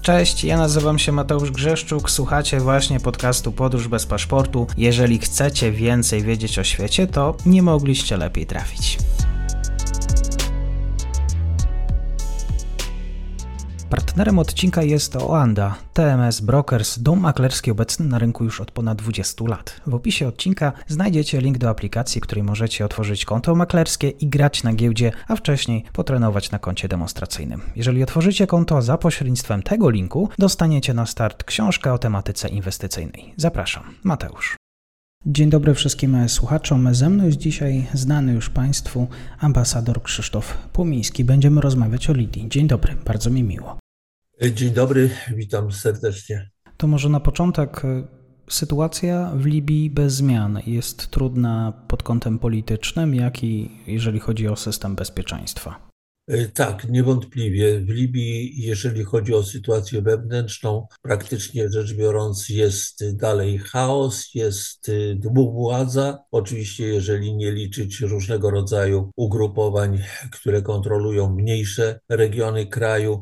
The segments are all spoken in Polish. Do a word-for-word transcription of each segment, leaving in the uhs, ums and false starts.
Cześć, ja nazywam się Mateusz Grzeszczuk, słuchacie właśnie podcastu Podróż bez paszportu. Jeżeli chcecie więcej wiedzieć o świecie, to nie mogliście lepiej trafić. Partnerem odcinka jest Oanda, T M S Brokers, dom maklerski obecny na rynku już od ponad dwudziestu lat. W opisie odcinka znajdziecie link do aplikacji, w której możecie otworzyć konto maklerskie i grać na giełdzie, a wcześniej potrenować na koncie demonstracyjnym. Jeżeli otworzycie konto za pośrednictwem tego linku, dostaniecie na start książkę o tematyce inwestycyjnej. Zapraszam, Mateusz. Dzień dobry wszystkim słuchaczom. Ze mną jest dzisiaj znany już Państwu ambasador Krzysztof Płomiński. Będziemy rozmawiać o Libii. Dzień dobry, bardzo mi miło. Dzień dobry, witam serdecznie. To może na początek sytuacja w Libii bez zmian jest trudna pod kątem politycznym, jak i jeżeli chodzi o system bezpieczeństwa. Tak, niewątpliwie. W Libii, jeżeli chodzi o sytuację wewnętrzną, praktycznie rzecz biorąc jest dalej chaos, jest dwuwładza. Oczywiście, jeżeli nie liczyć różnego rodzaju ugrupowań, które kontrolują mniejsze regiony kraju.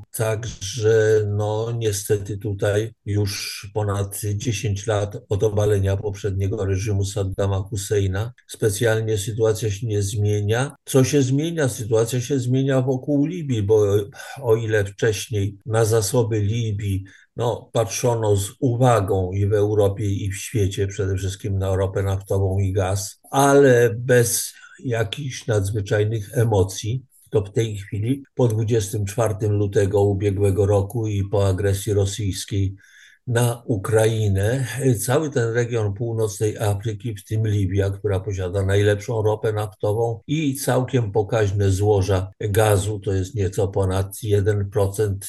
Także no niestety tutaj już ponad dziesięć lat od obalenia poprzedniego reżimu Saddama Husseina. Specjalnie sytuacja się nie zmienia. Co się zmienia? Sytuacja się zmienia w wokół Libii, bo o ile wcześniej na zasoby Libii no, patrzono z uwagą i w Europie, i w świecie, przede wszystkim na ropę naftową i gaz, ale bez jakichś nadzwyczajnych emocji, to w tej chwili po dwudziestego czwartego lutego ubiegłego roku i po agresji rosyjskiej na Ukrainę, cały ten region północnej Afryki, w tym Libia, która posiada najlepszą ropę naftową i całkiem pokaźne złoża gazu, to jest nieco ponad jeden procent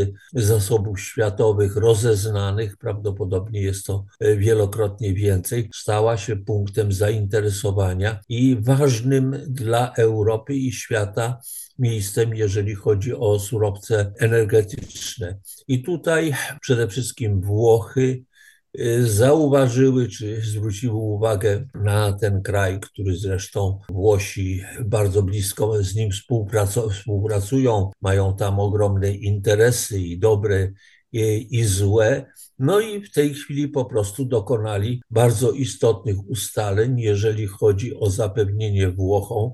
zasobów światowych rozeznanych, prawdopodobnie jest to wielokrotnie więcej, stała się punktem zainteresowania i ważnym dla Europy i świata miejscem, jeżeli chodzi o surowce energetyczne. I tutaj przede wszystkim Włochy zauważyły, czy zwróciły uwagę na ten kraj, który zresztą Włosi bardzo blisko z nim współpracują, mają tam ogromne interesy i dobre, i złe. No i w tej chwili po prostu dokonali bardzo istotnych ustaleń, jeżeli chodzi o zapewnienie Włochom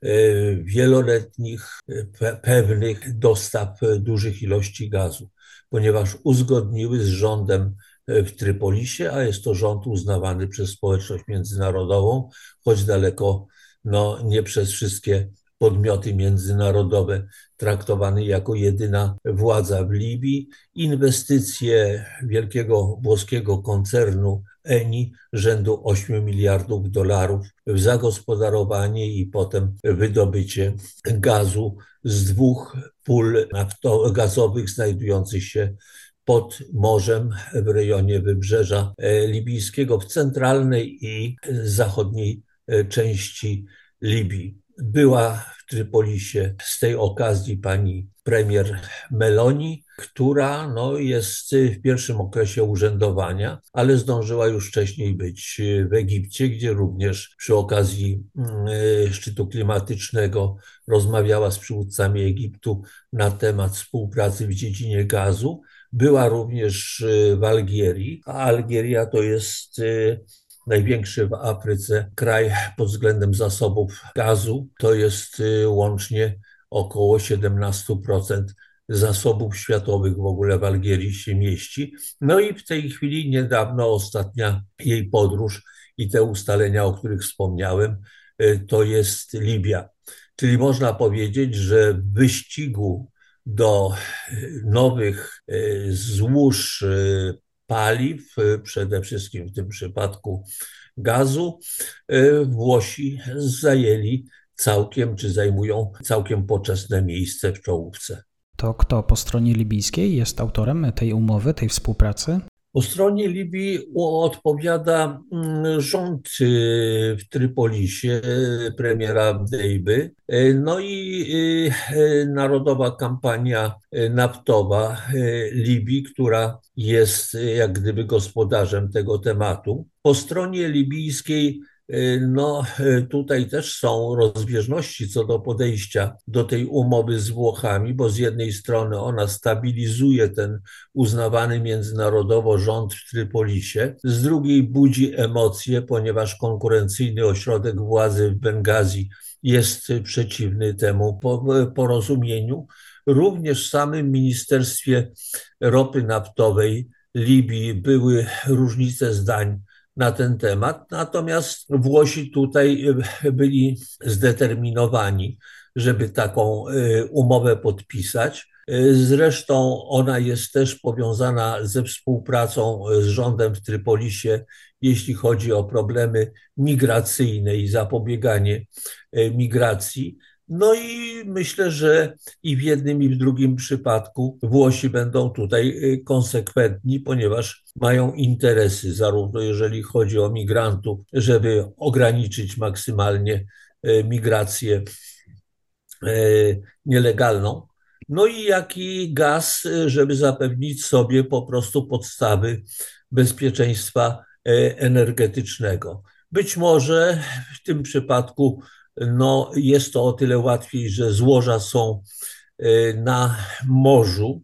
wieloletnich, pewnych dostaw dużych ilości gazu, ponieważ uzgodniły z rządem w Trypolisie, a jest to rząd uznawany przez społeczność międzynarodową, choć daleko no, nie przez wszystkie podmioty międzynarodowe, traktowany jako jedyna władza w Libii. Inwestycje wielkiego włoskiego koncernu Eni rzędu ośmiu miliardów dolarów w zagospodarowanie i potem wydobycie gazu z dwóch pól gazowych znajdujących się pod morzem w rejonie wybrzeża libijskiego, w centralnej i zachodniej części Libii. Była w Trypolisie z tej okazji pani premier Meloni, która no, jest w pierwszym okresie urzędowania, ale zdążyła już wcześniej być w Egipcie, gdzie również przy okazji szczytu klimatycznego rozmawiała z przywódcami Egiptu na temat współpracy w dziedzinie gazu. Była również w Algierii, a Algieria to jest największy w Afryce kraj pod względem zasobów gazu. To jest łącznie około siedemnaście procent zasobów światowych w ogóle w Algierii się mieści. No i w tej chwili niedawno ostatnia jej podróż i te ustalenia, o których wspomniałem, to jest Libia. Czyli można powiedzieć, że w wyścigu do nowych złóż paliw, przede wszystkim w tym przypadku gazu, Włosi zajęli całkiem, czy zajmują całkiem poczesne miejsce w czołówce. To kto po stronie libijskiej jest autorem tej umowy, tej współpracy? Po stronie Libii odpowiada rząd w Trypolisie premiera Dejby, no i Narodowa Kampania Naftowa Libii, która jest jak gdyby gospodarzem tego tematu. Po stronie libijskiej No, tutaj też są rozbieżności co do podejścia do tej umowy z Włochami, bo z jednej strony ona stabilizuje ten uznawany międzynarodowo rząd w Trypolisie, z drugiej budzi emocje, ponieważ konkurencyjny ośrodek władzy w Bengazji jest przeciwny temu porozumieniu. Również w samym Ministerstwie Ropy Naftowej Libii były różnice zdań na ten temat, natomiast Włosi tutaj byli zdeterminowani, żeby taką umowę podpisać. Zresztą ona jest też powiązana ze współpracą z rządem w Trypolisie, jeśli chodzi o problemy migracyjne i zapobieganie migracji. No i myślę, że i w jednym, i w drugim przypadku Włosi będą tutaj konsekwentni, ponieważ mają interesy, zarówno jeżeli chodzi o migrantów, żeby ograniczyć maksymalnie migrację nielegalną, no i jak i gaz, żeby zapewnić sobie po prostu podstawy bezpieczeństwa energetycznego. Być może w tym przypadku no, jest to o tyle łatwiej, że złoża są na morzu,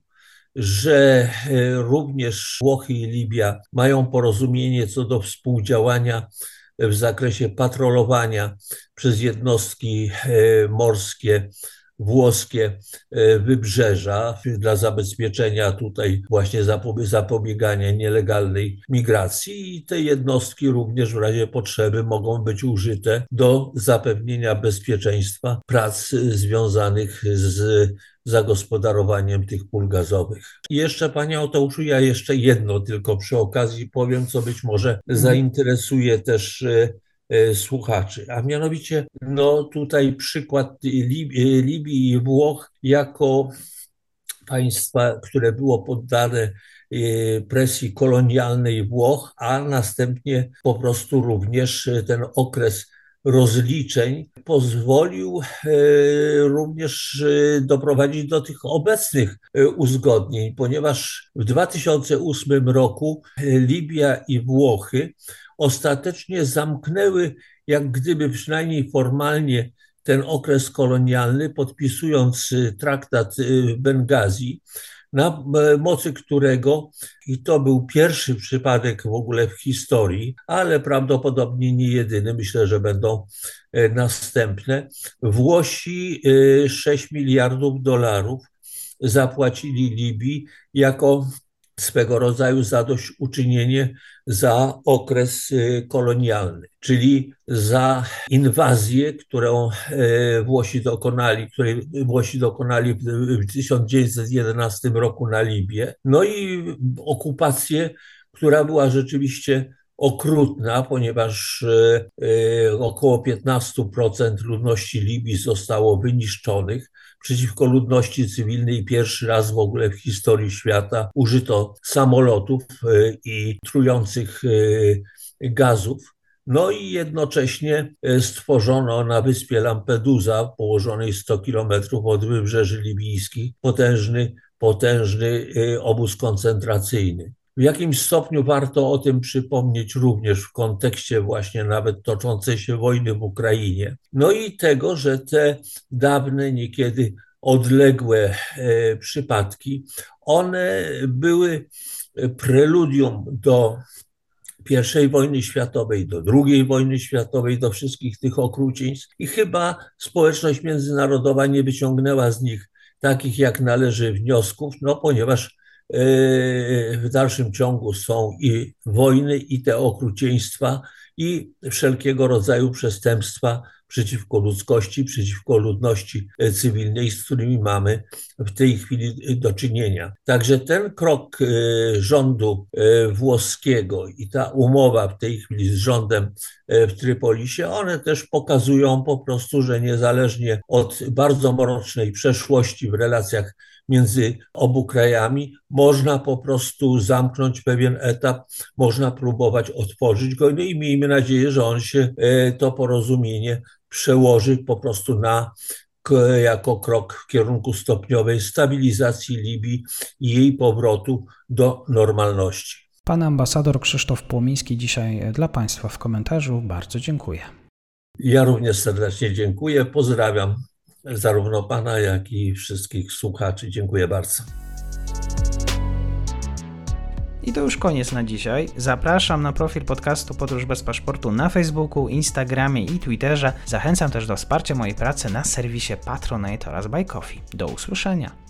że również Włochy i Libia mają porozumienie co do współdziałania w zakresie patrolowania przez jednostki morskie włoskie wybrzeża dla zabezpieczenia tutaj właśnie zapobiegania nielegalnej migracji i te jednostki również w razie potrzeby mogą być użyte do zapewnienia bezpieczeństwa prac związanych z zagospodarowaniem tych pól gazowych. I jeszcze, panie Oteuszu, ja jeszcze jedno tylko przy okazji powiem, co być może zainteresuje też słuchaczy, a mianowicie no tutaj przykład Libii, Libii i Włoch jako państwa, które było poddane presji kolonialnej Włoch, a następnie po prostu również ten okres rozliczeń pozwolił również doprowadzić do tych obecnych uzgodnień, ponieważ w dwa tysiące ósmym roku Libia i Włochy ostatecznie zamknęły, jak gdyby przynajmniej formalnie, ten okres kolonialny, podpisując traktat w Bengazji, na mocy którego, i to był pierwszy przypadek w ogóle w historii, ale prawdopodobnie nie jedyny, myślę, że będą następne, Włosi sześć miliardów dolarów zapłacili Libii jako swego rodzaju zadośćuczynienie za okres kolonialny, czyli za inwazję, którą Włosi dokonali, której Włosi dokonali w tysiąc dziewięćset jedenastym roku na Libię. No i okupację, która była rzeczywiście okrutna, ponieważ około piętnaście procent ludności Libii zostało wyniszczonych. Przeciwko ludności cywilnej pierwszy raz w ogóle w historii świata użyto samolotów i trujących gazów. No i jednocześnie stworzono na wyspie Lampedusa, położonej sto kilometrów od wybrzeży libijskich, potężny, potężny obóz koncentracyjny. W jakimś stopniu warto o tym przypomnieć również w kontekście właśnie nawet toczącej się wojny w Ukrainie. No i tego, że te dawne, niekiedy odległe e, przypadki, one były preludium do pierwszej wojny światowej, do drugiej wojny światowej, do wszystkich tych okrucieństw i chyba społeczność międzynarodowa nie wyciągnęła z nich takich jak należy wniosków, no ponieważ w dalszym ciągu są i wojny, i te okrucieństwa, i wszelkiego rodzaju przestępstwa przeciwko ludzkości, przeciwko ludności cywilnej, z którymi mamy w tej chwili do czynienia. Także ten krok rządu włoskiego i ta umowa w tej chwili z rządem w Trypolisie, one też pokazują po prostu, że niezależnie od bardzo mrocznej przeszłości w relacjach między obu krajami, można po prostu zamknąć pewien etap, można próbować otworzyć go, no i miejmy nadzieję, że on się, to porozumienie przełoży po prostu na jako krok w kierunku stopniowej stabilizacji Libii i jej powrotu do normalności. Pan ambasador Krzysztof Płomiński dzisiaj dla Państwa w komentarzu. Bardzo dziękuję. Ja również serdecznie dziękuję. Pozdrawiam zarówno Pana, jak i wszystkich słuchaczy. Dziękuję bardzo. I to już koniec na dzisiaj. Zapraszam na profil podcastu Podróż bez paszportu na Facebooku, Instagramie i Twitterze. Zachęcam też do wsparcia mojej pracy na serwisie Patronite oraz Buy Coffee. Do usłyszenia.